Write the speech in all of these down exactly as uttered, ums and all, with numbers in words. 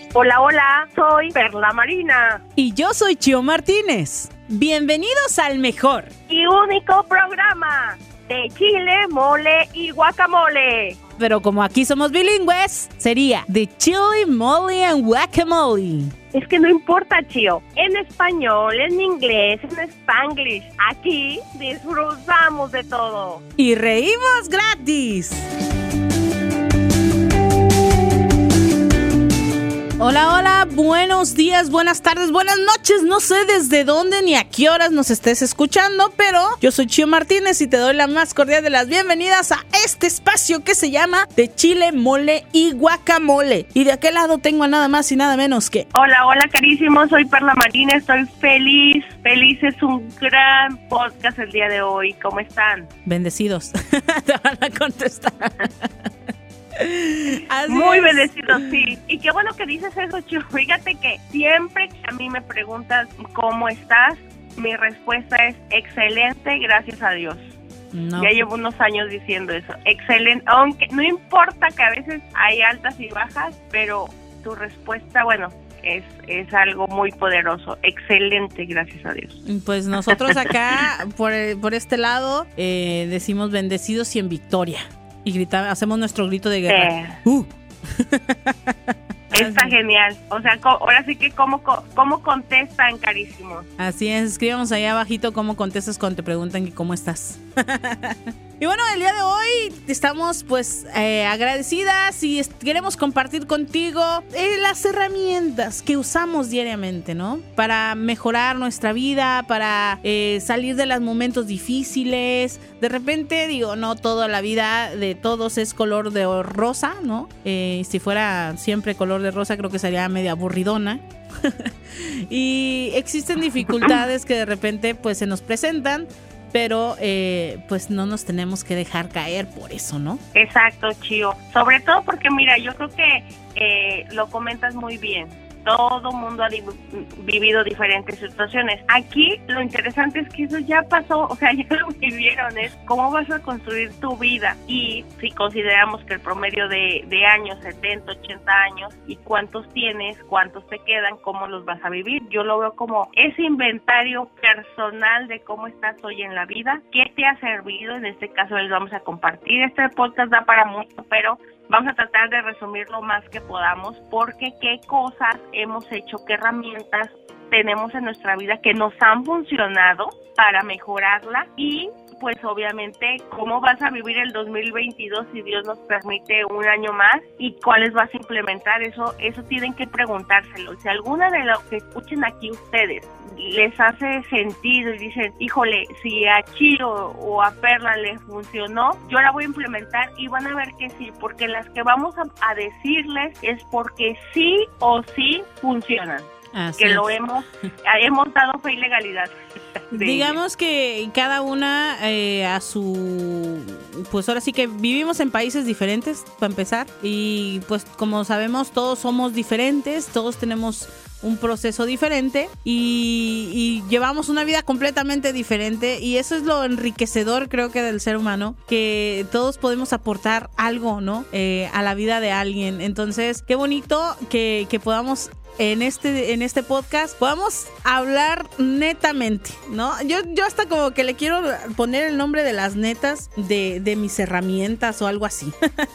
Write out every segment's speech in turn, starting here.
Hola, hola, soy Perla Marina. Y yo soy Chio Martínez. Bienvenidos al mejor y único programa de chile, mole y guacamole. Pero como aquí somos bilingües, sería de chile, mole and guacamole. Es que no importa, Chio. En español, en inglés, en spanglish. Aquí disfrutamos de todo. Y reímos gratis. Hola, hola, buenos días, buenas tardes, buenas noches. No sé desde dónde ni a qué horas nos estés escuchando, pero yo soy Chio Martínez y te doy la más cordial de las bienvenidas a este espacio que se llama De Chile, Mole y Guacamole. Y de aquel lado tengo a nada más y nada menos que... Hola, hola, carísimos, soy Perla Marina, estoy feliz, feliz, es un gran podcast el día de hoy. ¿Cómo están? Bendecidos, te van a contestar. Así Muy es. bendecido, sí. Y qué bueno que dices eso, Chio. Fíjate que siempre que a mí me preguntas cómo estás, mi respuesta es excelente, gracias a Dios. No. Ya llevo unos años diciendo eso. Excelente, aunque no importa que a veces hay altas y bajas, pero tu respuesta, bueno, es, es algo muy poderoso. Excelente, gracias a Dios. Pues nosotros acá, por, por este lado, eh, decimos bendecidos y en victoria. Y gritamos, hacemos nuestro grito de guerra. Sí. Uh. Está genial. O sea, co- ahora sí que cómo, co- cómo contestan, carísimos. Así es, escríbanos ahí abajito cómo contestas cuando te preguntan que cómo estás. Y bueno, el día de hoy estamos pues eh, agradecidas y est- queremos compartir contigo eh, las herramientas que usamos diariamente, ¿no? Para mejorar nuestra vida, para eh, salir de los momentos difíciles. De repente, digo, no toda la vida de todos es color de rosa, ¿no? Eh, si fuera siempre color de rosa, creo que sería medio aburridona. Y existen dificultades que de repente pues se nos presentan, pero eh, pues no nos tenemos que dejar caer por eso, ¿no? Exacto, Chio. Sobre todo porque, mira, yo creo que eh, lo comentas muy bien. Todo mundo ha di- vivido diferentes situaciones. Aquí lo interesante es que eso ya pasó, o sea, ya lo vivieron, es cómo vas a construir tu vida. Y si consideramos que el promedio de, de años, setenta, ochenta años, y cuántos tienes, cuántos te quedan, cómo los vas a vivir, yo lo veo como ese inventario personal de cómo estás hoy en la vida, qué te ha servido. En este caso les vamos a compartir. Este podcast da para mucho, pero vamos a tratar de resumir lo más que podamos, porque qué cosas hemos hecho, qué herramientas tenemos en nuestra vida que nos han funcionado para mejorarla y pues obviamente cómo vas a vivir el dos mil veintidós si Dios nos permite un año más y cuáles vas a implementar. Eso eso tienen que preguntárselo. Si alguna de los que escuchen aquí ustedes les hace sentido y dicen, híjole, si a Chio o a Perla le funcionó, yo la voy a implementar, y van a ver que sí, porque las que vamos a, a decirles es porque sí o sí funcionan. Así que es. lo hemos hemos dado fe y legalidad. Digamos que cada una eh, a su... Pues ahora sí que vivimos en países diferentes, para empezar. Y pues como sabemos, todos somos diferentes, todos tenemos un proceso diferente y, y llevamos una vida completamente diferente, y eso es lo enriquecedor, creo que, del ser humano, que todos podemos aportar algo, ¿no? Eh, a la vida de alguien. Entonces, qué bonito que, que podamos en este en este podcast podamos hablar netamente, ¿no? Yo yo hasta como que le quiero poner el nombre de las netas de, de mis herramientas o algo así.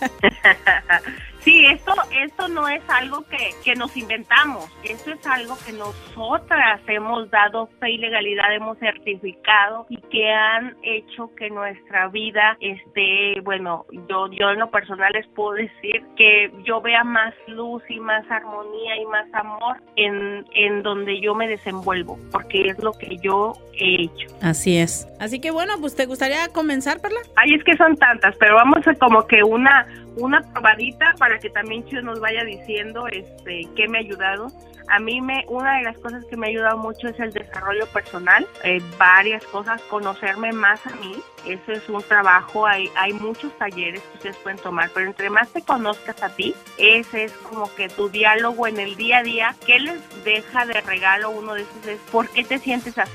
Sí, esto, esto no es algo que, que nos inventamos, esto es algo que nosotras hemos dado fe y legalidad, hemos certificado y que han hecho que nuestra vida esté, bueno, yo, yo en lo personal les puedo decir que yo vea más luz y más armonía y más amor en, en donde yo me desenvuelvo, porque es lo que yo he hecho. Así es. Así que bueno, pues ¿te gustaría comenzar, Perla? Ay, es que son tantas, pero vamos a como que una una probadita para que también Chio nos vaya diciendo este qué me ha ayudado. A mí me una de las cosas que me ha ayudado mucho es el desarrollo personal, eh, varias cosas, conocerme más a mí. Eso es un trabajo, hay hay muchos talleres que ustedes pueden tomar, pero entre más te conozcas a ti, ese es como que tu diálogo en el día a día. ¿Qué les deja de regalo uno de esos? Es ¿por qué te sientes así?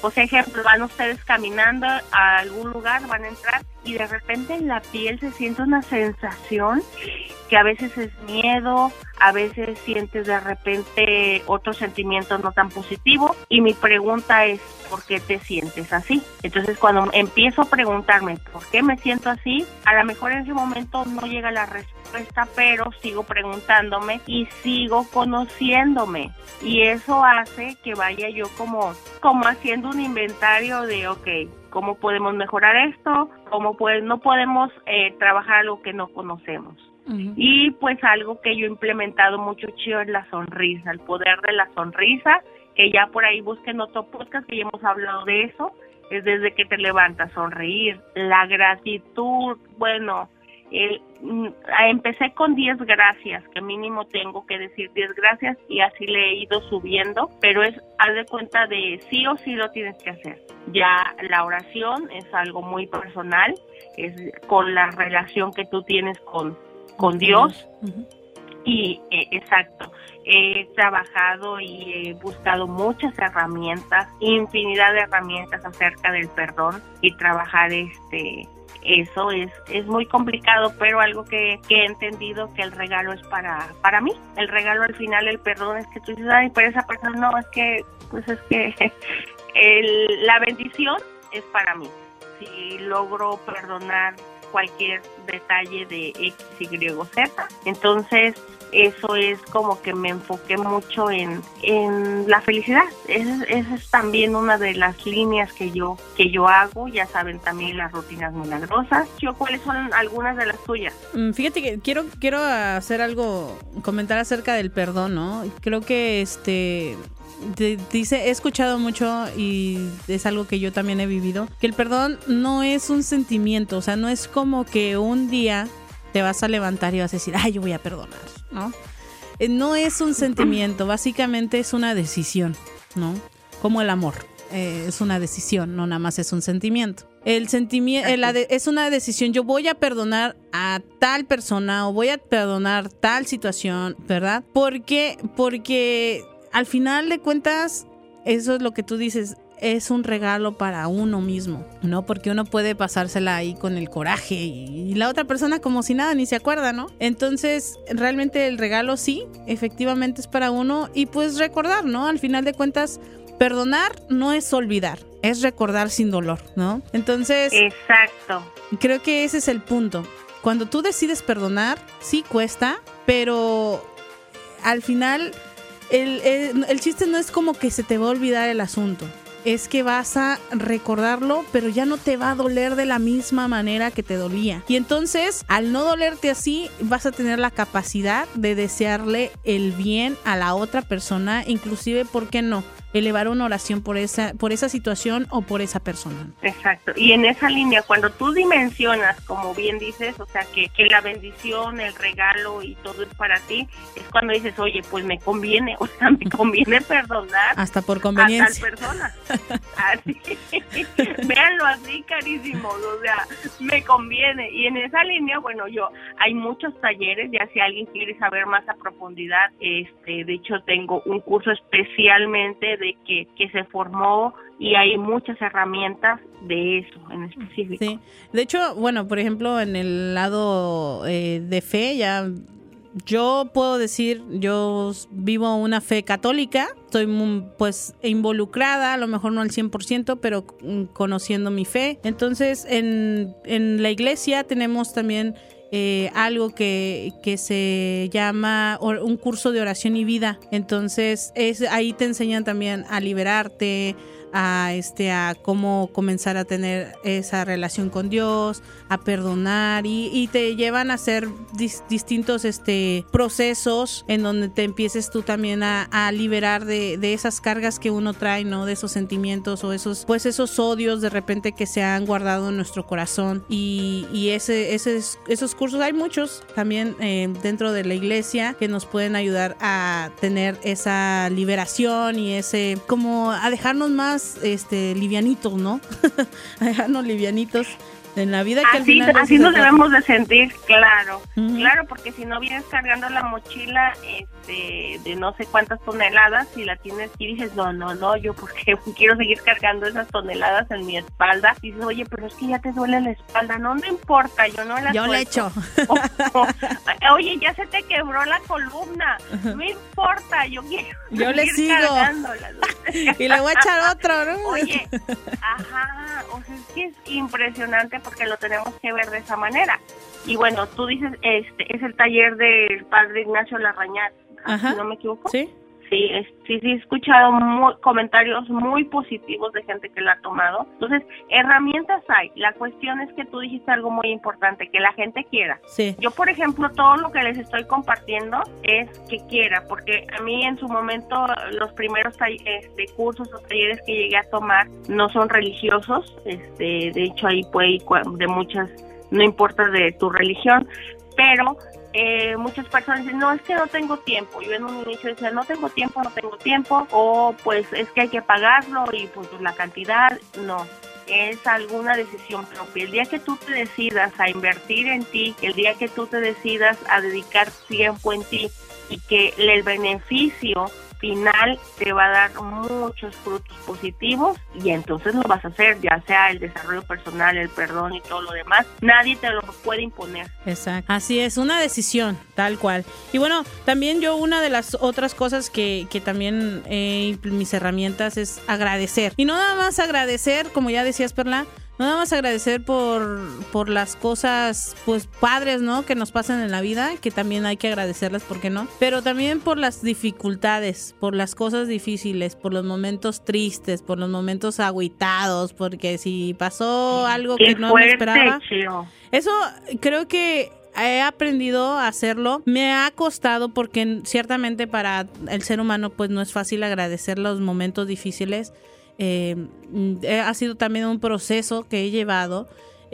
Pues ejemplo, van ustedes caminando a algún lugar, van a entrar y de repente en la piel se siente una sensación que a veces es miedo, a veces sientes de repente otros sentimientos no tan positivos y mi pregunta es, ¿por qué te sientes así? Entonces cuando empiezo a preguntarme ¿por qué me siento así? A lo mejor en ese momento no llega la respuesta, pero sigo preguntándome y sigo conociéndome y eso hace que vaya yo como, como haciendo un inventario de ok, ¿cómo podemos mejorar esto? ¿Cómo pues, no podemos eh, trabajar algo que no conocemos? Uh-huh. Y pues algo que yo he implementado mucho, Chío, es la sonrisa, el poder de la sonrisa, que ya por ahí busquen otro podcast que ya hemos hablado de eso, es desde que te levantas, sonreír, la gratitud, bueno, el, empecé con diez gracias, que mínimo tengo que decir diez gracias y así le he ido subiendo, pero es, haz de cuenta de sí o sí lo tienes que hacer. Ya la oración es algo muy personal, es con la relación que tú tienes con, con Dios. Uh-huh. Y eh, exacto, he trabajado y he buscado muchas herramientas, infinidad de herramientas acerca del perdón y trabajar este eso es es muy complicado, pero algo que, que he entendido que el regalo es para para mí. El regalo al final, el perdón, es que tú dices, ay, pero esa persona no, es que, pues es que el, la bendición es para mí. Si logro perdonar cualquier detalle de X, Y, Z, entonces eso es como que me enfoqué mucho en, en la felicidad. Esa, esa es también una de las líneas que yo que yo hago. Ya saben también las rutinas milagrosas. Yo, ¿cuáles son algunas de las tuyas? Fíjate que quiero quiero hacer algo, comentar acerca del perdón, ¿no? Creo que este te, dice, he escuchado mucho y es algo que yo también he vivido, que el perdón no es un sentimiento, o sea, no es como que un día te vas a levantar y vas a decir, ay, yo voy a perdonar, ¿no? No es un sentimiento, básicamente es una decisión, ¿no? Como el amor, eh, es una decisión, no nada más es un sentimiento. El sentimiento de- es una decisión, yo voy a perdonar a tal persona o voy a perdonar tal situación, ¿verdad? Porque, porque al final de cuentas, eso es lo que tú dices, es un regalo para uno mismo, ¿no? Porque uno puede pasársela ahí con el coraje y, y la otra persona como si nada, ni se acuerda, ¿no? Entonces, realmente el regalo sí, efectivamente es para uno y pues recordar, ¿no? Al final de cuentas, perdonar no es olvidar, es recordar sin dolor, ¿no? Entonces, exacto. Creo que ese es el punto. Cuando tú decides perdonar, sí cuesta, pero al final el, el, el chiste no es como que se te va a olvidar el asunto. Es que vas a recordarlo, pero ya no te va a doler de la misma manera que te dolía. Y entonces, al no dolerte así, vas a tener la capacidad de desearle el bien a la otra persona, inclusive, ¿por qué no?, elevar una oración por esa por esa situación o por esa persona. Exacto. Y en esa línea, cuando tú dimensionas, como bien dices, o sea, que, que la bendición, el regalo y todo es para ti, es cuando dices, oye, pues me conviene, o sea, me conviene perdonar hasta por conveniencia a tal persona. Así, véanlo así, carísimos, o sea, me conviene. Y en esa línea, bueno, yo, hay muchos talleres, ya si alguien quiere saber más a profundidad, este, de hecho tengo un curso especialmente de que, que se formó y hay muchas herramientas de eso en específico. Sí, de hecho, bueno, por ejemplo, en el lado eh, de fe, ya yo puedo decir, yo vivo una fe católica, estoy muy, pues involucrada, a lo mejor no al cien por ciento, pero conociendo mi fe. Entonces, en, en la iglesia tenemos también Eh, algo que, que se llama or, un curso de oración y vida. Entonces es, ahí te enseñan también a liberarte, a este a cómo comenzar a tener esa relación con Dios, a perdonar y, y te llevan a hacer dis, distintos este procesos en donde te empieces tú también a, a liberar de, de esas cargas que uno trae, ¿no? De esos sentimientos o esos pues esos odios de repente que se han guardado en nuestro corazón y, y ese, ese esos cursos hay muchos también eh, dentro de la iglesia que nos pueden ayudar a tener esa liberación y ese como a dejarnos más este livianitos, ¿no? a dejarnos livianitos en la vida que así, al final así nos trata. debemos de sentir, claro, Uh-huh. claro, porque si no vienes cargando la mochila este, de no sé cuántas toneladas y la tienes y dices, no, no, no, yo porque quiero seguir cargando esas toneladas en mi espalda, y dices, oye, pero es que ya te duele la espalda, no, no importa, yo no la Yo le suelto. echo. O, o, oye, ya se te quebró la columna, no importa, yo quiero Yo le seguir sigo. cargándola. Y le voy a echar otro, ¿no? Oye, ajá, o sea, es que es impresionante porque lo tenemos que ver de esa manera. Y bueno, tú dices, este es el taller del padre Ignacio Larrañaga, Ajá. si no me equivoco. Sí. Sí, es, sí, sí, he escuchado muy, comentarios muy positivos de gente que la ha tomado. Entonces, herramientas hay. La cuestión es que tú dijiste algo muy importante, que la gente quiera. Sí. Yo, por ejemplo, todo lo que les estoy compartiendo es que quiera, porque a mí en su momento los primeros este, cursos o talleres que llegué a tomar no son religiosos. Este, de hecho, ahí puede ir de muchas, no importa de tu religión, pero... Eh, muchas personas dicen, no, es que no tengo tiempo. Yo en un inicio decía, no tengo tiempo, no tengo tiempo, o pues es que hay que pagarlo y pues la cantidad, no. Es alguna decisión propia. El día que tú te decidas a invertir en ti, el día que tú te decidas a dedicar tiempo en ti y que el beneficio final te va a dar muchos frutos positivos y entonces lo vas a hacer, ya sea el desarrollo personal, el perdón y todo lo demás, nadie te lo puede imponer. Exacto. Así es, una decisión, tal cual. Y bueno, también yo una de las otras cosas que, que también eh, mis herramientas es agradecer. Y no nada más agradecer, como ya decías, Perla, no nada más agradecer por, por las cosas, pues, padres, ¿no? Que nos pasan en la vida, que también hay que agradecerlas, ¿por qué no? Pero también por las dificultades, por las cosas difíciles, por los momentos tristes, por los momentos agüitados, porque si pasó algo Qué que no fuerte, me esperaba. Chio. Eso creo que he aprendido a hacerlo. Me ha costado porque ciertamente para el ser humano pues no es fácil agradecer los momentos difíciles. Eh, ha sido también un proceso que he llevado,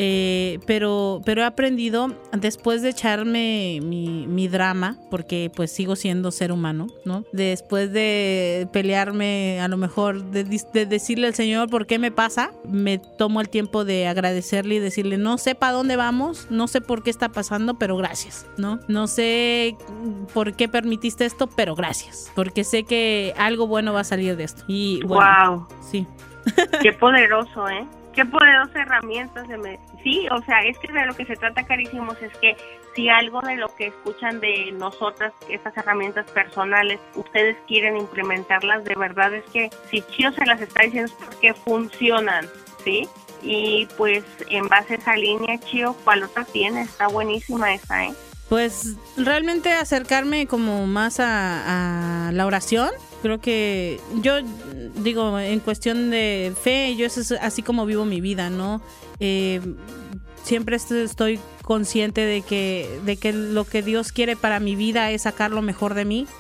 eh, pero, pero he aprendido después de echarme mi, mi drama, porque pues sigo siendo ser humano, ¿no? Después de pelearme, a lo mejor de, de decirle al Señor por qué me pasa, me tomo el tiempo de agradecerle y decirle, no sé para dónde vamos, no sé por qué está pasando, pero gracias, ¿no? No sé por qué permitiste esto, pero gracias, porque sé que algo bueno va a salir de esto. Y bueno, wow. Sí. Qué poderoso, ¿eh? Qué poderosa herramienta. Se me... Sí, o sea, es que de lo que se trata, carísimos, es que si algo de lo que escuchan de nosotras, estas herramientas personales, ustedes quieren implementarlas, de verdad es que si Chio se las está diciendo es porque funcionan, ¿sí? Y pues en base a esa línea, Chio, ¿cuál otra tiene? Está buenísima esa, ¿eh? Pues realmente acercarme como más a, a la oración. Creo que yo digo, en cuestión de fe, yo es así como vivo mi vida, ¿no? Eh, siempre estoy consciente de que, de que lo que Dios quiere para mi vida es sacar lo mejor de mí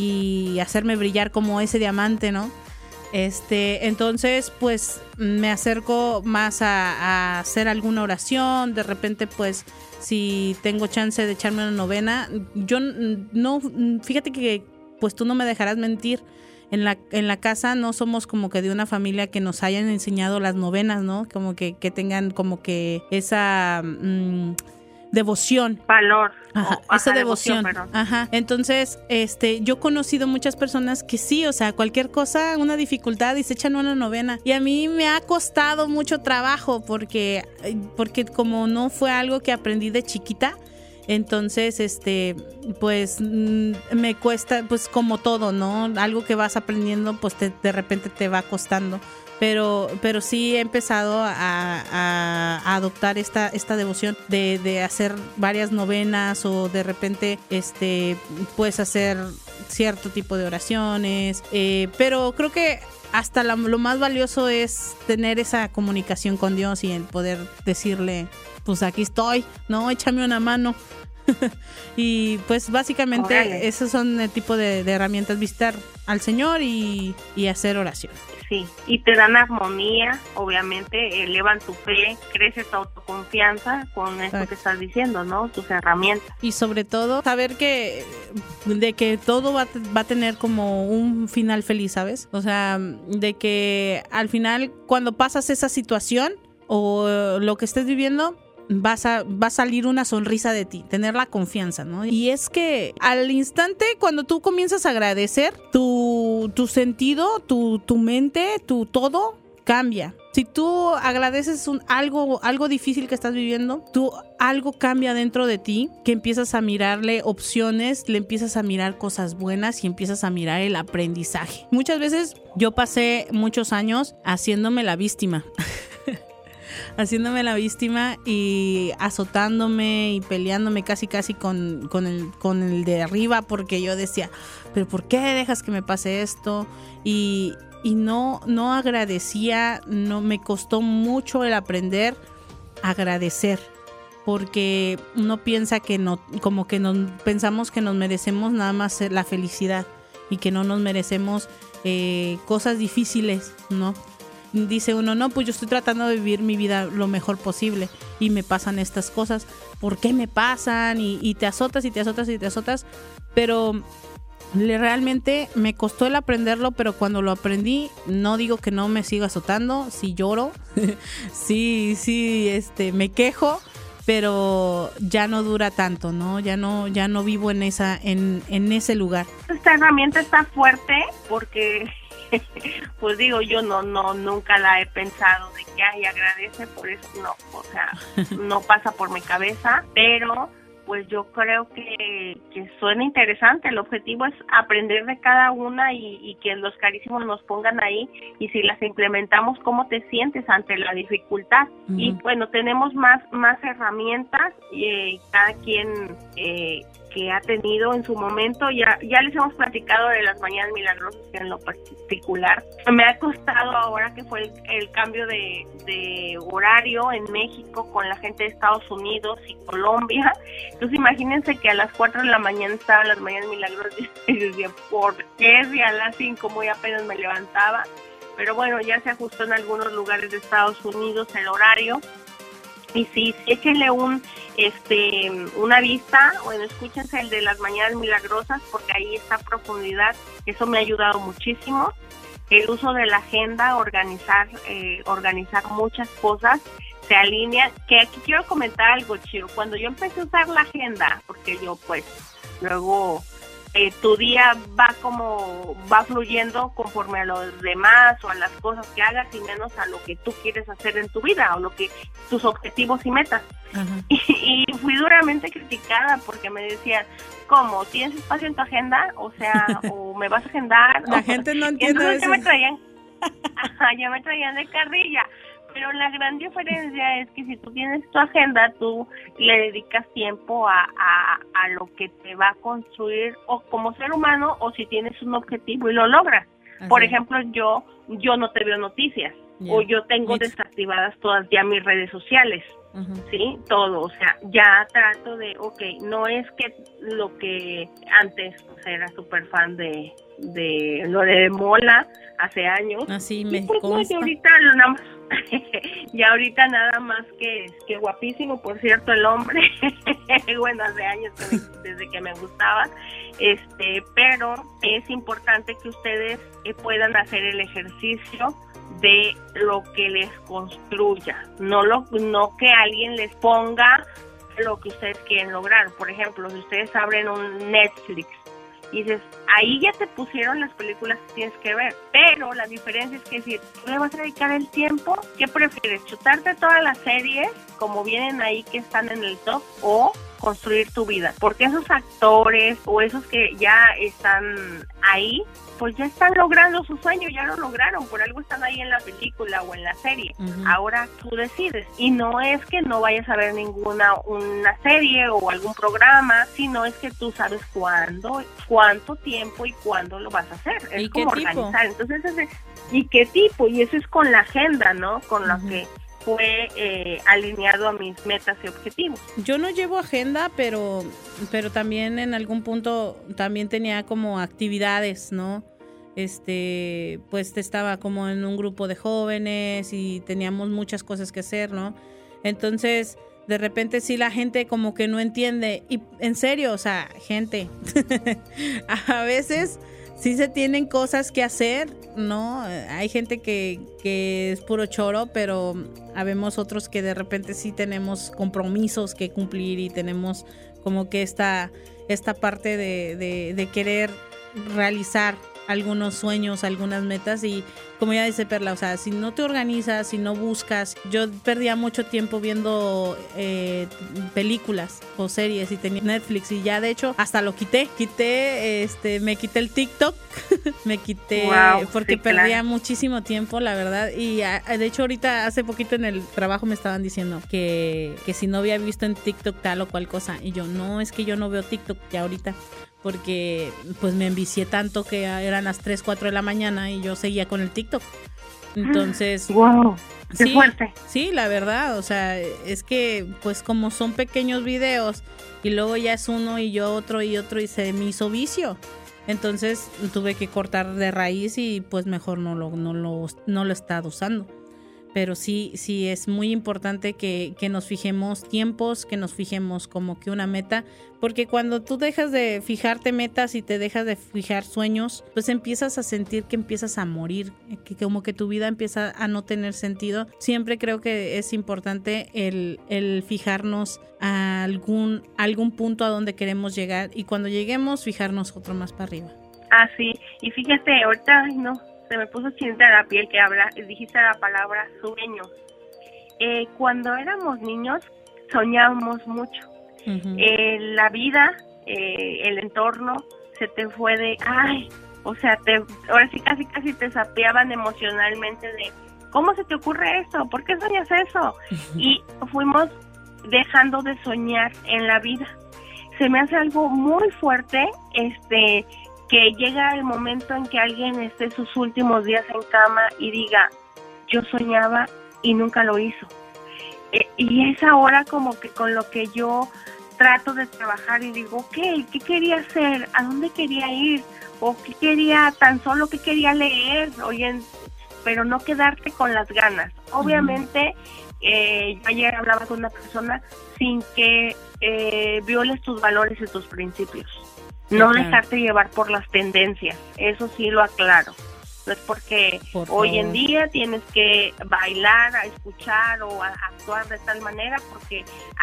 y hacerme brillar como ese diamante, ¿no? Este, entonces, pues me acerco más a, a hacer alguna oración. De repente, pues, si tengo chance de echarme una novena, yo no, fíjate que, pues tú no me dejarás mentir. En la, en la casa no somos como que de una familia que nos hayan enseñado las novenas, ¿no? Como que, que tengan como que esa mmm, devoción. Valor. Ajá, o, esa ajá, devoción. devoción Ajá. Entonces, este, yo he conocido muchas personas que sí, o sea, cualquier cosa, una dificultad y se echan una novena. Y a mí me ha costado mucho trabajo porque, porque como no fue algo que aprendí de chiquita, entonces, este, pues me cuesta, pues como todo, ¿no? Algo que vas aprendiendo, pues te, de repente te va costando. Pero, pero sí he empezado a, a, a adoptar esta, esta devoción de, de hacer varias novenas o de repente, este, puedes hacer cierto tipo de oraciones. Eh, pero creo que hasta la, lo más valioso es tener esa comunicación con Dios y el poder decirle, pues aquí estoy, ¿no? Échame una mano. Y pues básicamente Órale. Esos son el tipo de, de herramientas, visitar al Señor y, y hacer oración. Sí, y te dan armonía, obviamente, elevan tu fe, crece tu autoconfianza con esto Exacto. que estás diciendo, ¿no? Tus herramientas. Y sobre todo, saber que de que todo va, va a tener como un final feliz, ¿sabes? O sea, de que al final, cuando pasas esa situación, o lo que estés viviendo, vas a, va a salir una sonrisa de ti, tener la confianza, ¿no? Y es que al instante, cuando tú comienzas a agradecer, tu, tu sentido, tu, tu mente, tu todo cambia. Si tú agradeces un, algo, algo difícil que estás viviendo, tú algo cambia dentro de ti, que empiezas a mirarle opciones, le empiezas a mirar cosas buenas y empiezas a mirar el aprendizaje. Muchas veces yo pasé muchos años haciéndome la víctima. haciéndome la víctima y azotándome y peleándome casi casi con, con, el, con el de arriba, porque yo decía, pero ¿por qué dejas que me pase esto? Y, y no, no agradecía, no, me costó mucho el aprender a agradecer, porque uno piensa que no, como que nos, pensamos que nos merecemos nada más la felicidad y que no nos merecemos eh, cosas difíciles, ¿no? Dice uno, no, pues yo estoy tratando de vivir mi vida lo mejor posible y me pasan estas cosas. ¿Por qué me pasan? Y, y te azotas y te azotas y te azotas. Pero le, realmente me costó el aprenderlo, pero cuando lo aprendí, no digo que no me siga azotando. Sí lloro, sí, sí, este, me quejo, pero ya no dura tanto, ¿no? Ya no, ya no vivo en esa, en, en ese lugar. Esta herramienta está fuerte porque... pues digo, yo no, no, nunca la he pensado de que, ay, agradece por eso, no, o sea, no pasa por mi cabeza, pero pues yo creo que, que suena interesante. El objetivo es aprender de cada una y, y que los carísimos nos pongan ahí, y si las implementamos, ¿cómo te sientes ante la dificultad? Uh-huh. Y bueno, tenemos más, más herramientas, y eh, cada quien eh, que ha tenido en su momento, ya, ya les hemos platicado de las mañanas milagrosas, que en lo particular me ha costado ahora que fue el, el cambio de, de horario en México con la gente de Estados Unidos y Colombia. Entonces imagínense que a las cuatro de la mañana estaban las mañanas milagrosas y decía, ¿por qué? Si a las cinco muy apenas me levantaba. Pero bueno, ya se ajustó en algunos lugares de Estados Unidos el horario. Y sí, sí, échenle un, este, una vista, bueno, escúchense el de las mañanas milagrosas, porque ahí está a profundidad. Eso me ha ayudado muchísimo. El uso de la agenda, organizar, eh, organizar muchas cosas, se alinea. Que aquí quiero comentar algo, Chiro. Cuando yo empecé a usar la agenda, porque yo pues luego eh, tu día va como, va fluyendo conforme a los demás o a las cosas que hagas y menos a lo que tú quieres hacer en tu vida o lo que tus objetivos y metas. Uh-huh. Y, y fui duramente criticada porque me decían, ¿cómo? ¿Tienes espacio en tu agenda? O sea, o me vas a agendar. La o, gente no entiende eso. Ya me traían, ajá, ya me traían de carrilla. Pero la gran diferencia es que si tú tienes tu agenda, tú le dedicas tiempo a, a, a lo que te va a construir o como ser humano, o si tienes un objetivo y lo logras. Así. Por ejemplo, yo yo no te veo noticias, yeah. o yo tengo It's... desactivadas todas ya mis redes sociales. Uh-huh. Sí, todo, o sea, ya trato de, ok, no es que lo que antes pues, era súper fan de, de lo de Mola hace años. Así me pues, consta. No, ahorita nada más, ya ahorita nada más que, que guapísimo, por cierto, el hombre, bueno, hace años desde que me gustaba, este, pero es importante que ustedes eh, puedan hacer el ejercicio de lo que les construya, no lo no que alguien les ponga lo que ustedes quieren lograr. Por ejemplo, si ustedes abren un Netflix y dices, ahí ya te pusieron las películas que tienes que ver, pero la diferencia es que si tú le vas a dedicar el tiempo, ¿qué prefieres? ¿Chutarte todas las series como vienen ahí que están en el top o construir tu vida? Porque esos actores o esos que ya están ahí, pues ya están logrando su sueño, ya lo lograron, por algo están ahí en la película o en la serie. Uh-huh. Ahora tú decides, y no es que no vayas a ver ninguna una serie o algún programa, sino es que tú sabes cuándo, cuánto tiempo y cuándo lo vas a hacer. Es ¿Y como qué tipo? Organizar. Entonces, ese, ¿y qué tipo? Y eso es con la agenda, ¿no? Con uh-huh. lo que fue eh, alineado a mis metas y objetivos. Yo no llevo agenda, pero pero también en algún punto también tenía como actividades, ¿no? Este, pues estaba como en un grupo de jóvenes y teníamos muchas cosas que hacer, ¿no? Entonces, de repente sí la gente como que no entiende. Y en serio, o sea, gente, a veces sí se tienen cosas que hacer, ¿no? Hay gente que, que es puro choro, pero habemos otros que de repente sí tenemos compromisos que cumplir y tenemos como que esta, esta parte de, de, de querer realizar algunos sueños, algunas metas y como ya dice Perla, o sea, si no te organizas, si no buscas, yo perdía mucho tiempo viendo eh, películas o series y tenía Netflix y ya de hecho hasta lo quité, quité, este, me quité el TikTok, me quité wow, porque sí, perdía claro. muchísimo tiempo, la verdad, y a, de hecho ahorita hace poquito en el trabajo me estaban diciendo que, que si no había visto en TikTok tal o cual cosa y yo, no, es que yo no veo TikTok ya ahorita porque pues me envicié tanto que eran las tres, cuatro de la mañana y yo seguía con el TikTok. Entonces, wow, qué sí, fuerte. Sí, la verdad, o sea, es que pues como son pequeños videos y luego ya es uno y yo otro y otro y se me hizo vicio. Entonces tuve que cortar de raíz y pues mejor no lo, no lo, no lo he estado usando. Pero sí, sí es muy importante que, que nos fijemos tiempos, que nos fijemos como que una meta, porque cuando tú dejas de fijarte metas y te dejas de fijar sueños, pues empiezas a sentir que empiezas a morir, que como que tu vida empieza a no tener sentido. Siempre creo que es importante el, el fijarnos a algún, algún punto a donde queremos llegar y cuando lleguemos fijarnos otro más para arriba. Ah, sí, y fíjate, ahorita, ay, no, se me puso chinita la piel que habla, dijiste la palabra sueños. Eh, cuando éramos niños soñábamos mucho. Uh-huh. Eh, la vida, eh, el entorno, se te fue de, ay, o sea, te, ahora sí casi casi te sapeaban emocionalmente de, ¿cómo se te ocurre eso? ¿Por qué soñas eso? Uh-huh. Y fuimos dejando de soñar en la vida. Se me hace algo muy fuerte, este... que llega el momento en que alguien esté sus últimos días en cama y diga, yo soñaba y nunca lo hizo. Eh, y es ahora como que con lo que yo trato de trabajar y digo, ok, ¿qué quería hacer? ¿A dónde quería ir? ¿O qué quería, tan solo qué quería leer? Oye, pero no quedarte con las ganas. Obviamente, eh, yo ayer hablaba con una persona sin que eh, violes tus valores y tus principios. No okay. Dejarte llevar por las tendencias, eso sí lo aclaro. No es porque por hoy en día tienes que bailar, a escuchar o a actuar de tal manera porque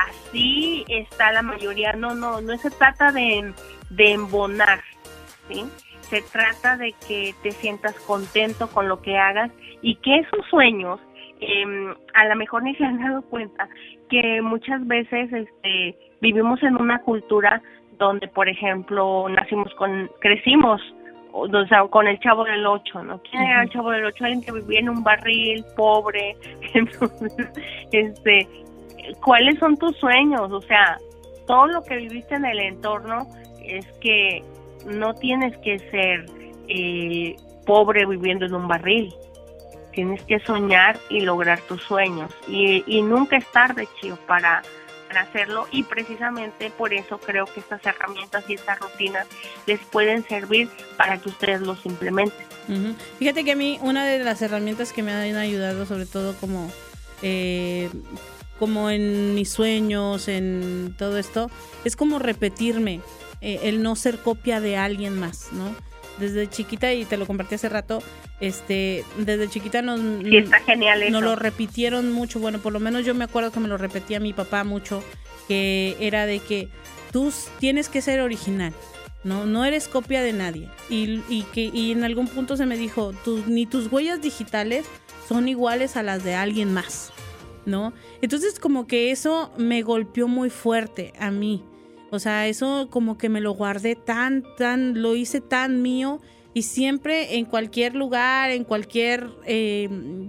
así está la mayoría. No, no, no se trata de, de embonar, ¿sí? Se trata de que te sientas contento con lo que hagas y que esos sueños, eh, a lo mejor ni se han dado cuenta que muchas veces este, vivimos en una cultura donde, por ejemplo, nacimos con, crecimos, o, o sea, con el Chavo del Ocho, ¿no? ¿Quién uh-huh. era el Chavo del Ocho? Alguien que vivía en un barril, pobre. Entonces, este, ¿cuáles son tus sueños? O sea, todo lo que viviste en el entorno es que no tienes que ser eh, pobre viviendo en un barril. Tienes que soñar y lograr tus sueños. Y, y nunca es tarde, Chío, para... hacerlo y precisamente por eso creo que estas herramientas y estas rutinas les pueden servir para que ustedes los implementen. Uh-huh. Fíjate que a mí una de las herramientas que me han ayudado sobre todo como eh, como en mis sueños, en todo esto, es como repetirme, eh, el no ser copia de alguien más, ¿no? Desde chiquita, y te lo compartí hace rato, este, desde chiquita nos, sí, está genial eso. Nos lo repitieron mucho, bueno, por lo menos yo me acuerdo que me lo repetía mi papá mucho, que era de que tú tienes que ser original, no, no eres copia de nadie, y, y que y en algún punto se me dijo, tus, ni tus huellas digitales son iguales a las de alguien más, ¿no? Entonces como que eso me golpeó muy fuerte a mí. O sea, eso como que me lo guardé tan, tan, lo hice tan mío y siempre en cualquier lugar, en cualquier eh,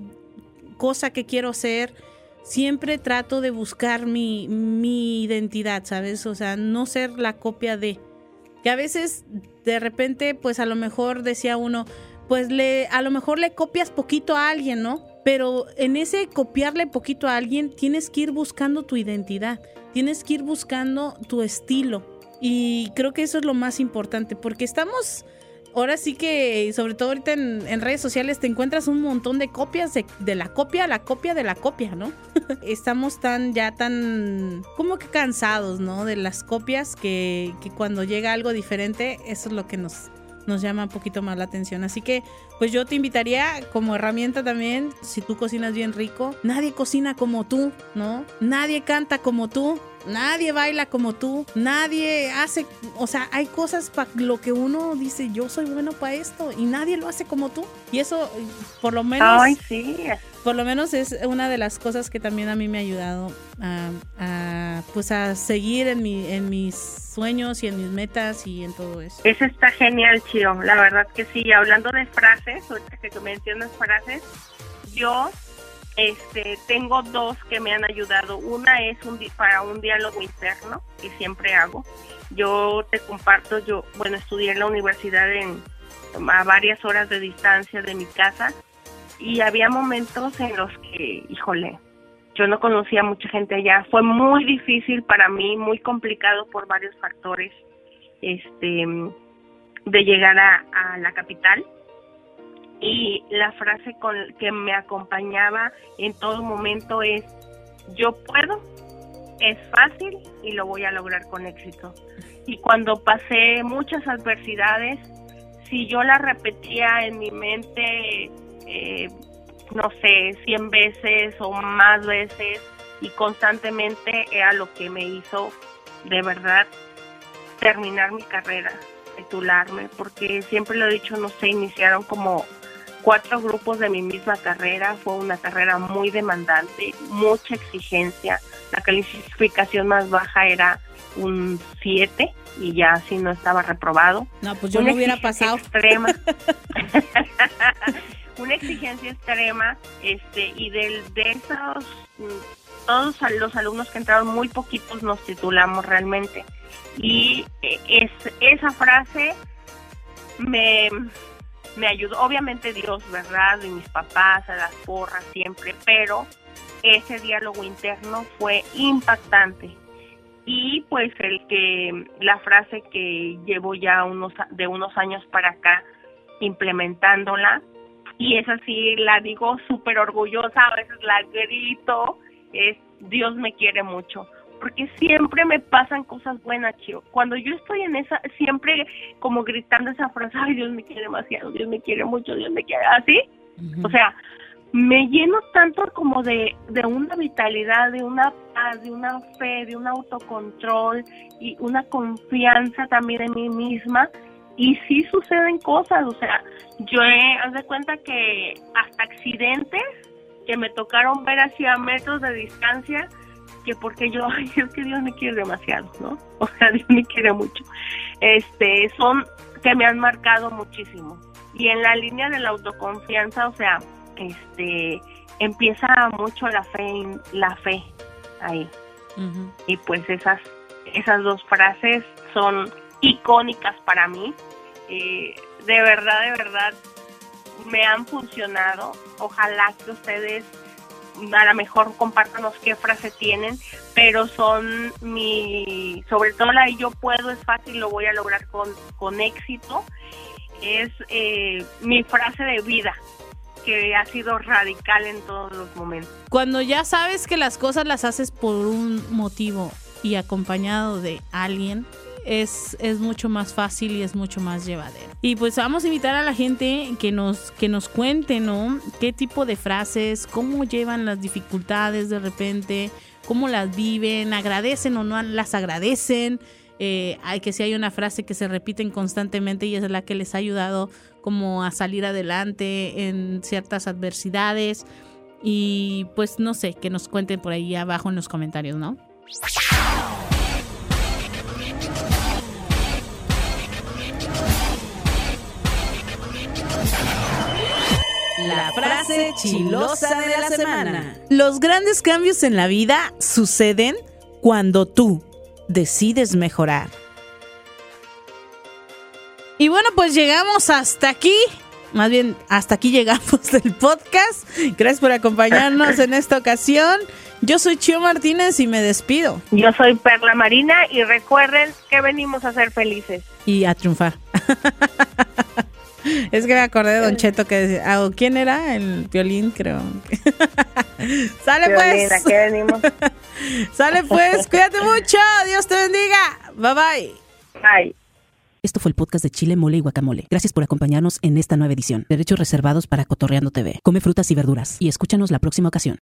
cosa que quiero hacer, siempre trato de buscar mi, mi identidad, ¿sabes? O sea, no ser la copia de... Que a veces, de repente, pues a lo mejor decía uno, pues le, a lo mejor le copias poquito a alguien, ¿no? Pero en ese copiarle poquito a alguien, tienes que ir buscando tu identidad. Tienes que ir buscando tu estilo y creo que eso es lo más importante porque estamos, ahora sí que sobre todo ahorita en, en redes sociales te encuentras un montón de copias de, de la copia a la copia de la copia, ¿no? Estamos tan ya tan como que cansados, ¿no? De las copias que, que cuando llega algo diferente eso es lo que nos, nos llama un poquito más la atención. Así que pues yo te invitaría como herramienta también, si tú cocinas bien rico, nadie cocina como tú, ¿no? Nadie canta como tú, nadie baila como tú, nadie hace, o sea, hay cosas para lo que uno dice, yo soy bueno para esto, y nadie lo hace como tú. Y eso, por lo menos, Ay, sí. por lo menos es una de las cosas que también a mí me ha ayudado a, a pues a seguir en mi, en mis sueños y en mis metas y en todo eso. Eso está genial, Chio. La verdad que sí. Hablando de frases, ahorita que mencionas frases, yo Este, tengo dos que me han ayudado. Una es un para un diálogo interno que siempre hago. Yo te comparto, yo, bueno, estudié en la universidad en a varias horas de distancia de mi casa y había momentos en los que, híjole, yo no conocía a mucha gente allá. Fue muy difícil para mí, muy complicado por varios factores, este, de llegar a, a la capital. Y la frase con que me acompañaba en todo momento es: yo puedo, es fácil y lo voy a lograr con éxito. Y cuando pasé muchas adversidades, si yo la repetía en mi mente, eh, no sé, cien veces o más veces y constantemente, era lo que me hizo de verdad terminar mi carrera, titularme, porque siempre lo he dicho, no sé, iniciaron como cuatro grupos de mi misma carrera. Fue una carrera muy demandante, mucha exigencia. La calificación más baja era un siete y ya así no estaba reprobado. No, pues yo no hubiera pasado. Extrema. Una exigencia extrema, este, y de, de esos, todos los alumnos que entraron, muy poquitos nos titulamos realmente. Y es, esa frase me... me ayudó, obviamente Dios, ¿verdad? Y mis papás, a las porras siempre, pero ese diálogo interno fue impactante. Y pues el que, la frase que llevo ya unos de unos años para acá implementándola, y esa sí la digo súper orgullosa, a veces la grito, es: Dios me quiere mucho. Porque siempre me pasan cosas buenas, Chio. Cuando yo estoy en esa, siempre como gritando esa frase: ay, Dios me quiere demasiado, Dios me quiere mucho, Dios me quiere, así. Uh-huh. O sea, me lleno tanto como de, de una vitalidad, de una paz, de una fe, de un autocontrol y una confianza también en mí misma. Y sí suceden cosas, o sea, yo he, haz de cuenta que hasta accidentes que me tocaron ver hacia metros de distancia, que porque yo, ay, es que Dios me quiere demasiado, ¿no? O sea, Dios me quiere mucho. Este, son que me han marcado muchísimo. Y en la línea de la autoconfianza, o sea, este, empieza mucho la fe, la fe ahí. Uh-huh. Y pues esas, esas dos frases son icónicas para mí. Eh, de verdad, de verdad, me han funcionado. Ojalá que ustedes a lo mejor compártanos qué frase tienen, pero son mi, sobre todo la de yo puedo, es fácil, lo voy a lograr con, con éxito, es eh, mi frase de vida, que ha sido radical en todos los momentos. Cuando ya sabes que las cosas las haces por un motivo y acompañado de alguien, es, es mucho más fácil y es mucho más llevadero. Y pues vamos a invitar a la gente que nos, que nos cuente, ¿no? Qué tipo de frases, cómo llevan las dificultades de repente, cómo las viven, agradecen o no las agradecen. Eh, hay que si hay una frase que se repiten constantemente y es la que les ha ayudado como a salir adelante en ciertas adversidades. Y pues no sé, que nos cuenten por ahí abajo en los comentarios, ¿no? La frase chilosa de la semana. Los grandes cambios en la vida suceden cuando tú decides mejorar. Y bueno, pues llegamos hasta aquí. Más bien, hasta aquí llegamos del podcast. Gracias por acompañarnos en esta ocasión. Yo soy Chio Martínez y me despido. Yo soy Perla Marina y recuerden que venimos a ser felices. Y a triunfar. Es que me acordé de Don Cheto que decía, ah, ¿quién era? El violín, creo. Sale Violín, pues. ¿a qué venimos? Sale pues, cuídate mucho, Dios te bendiga. Bye bye. Bye. Esto fue el podcast de Chile, Mole y Guacamole. Gracias por acompañarnos en esta nueva edición. Derechos reservados para Cotorreando T V. Come frutas y verduras y escúchanos la próxima ocasión.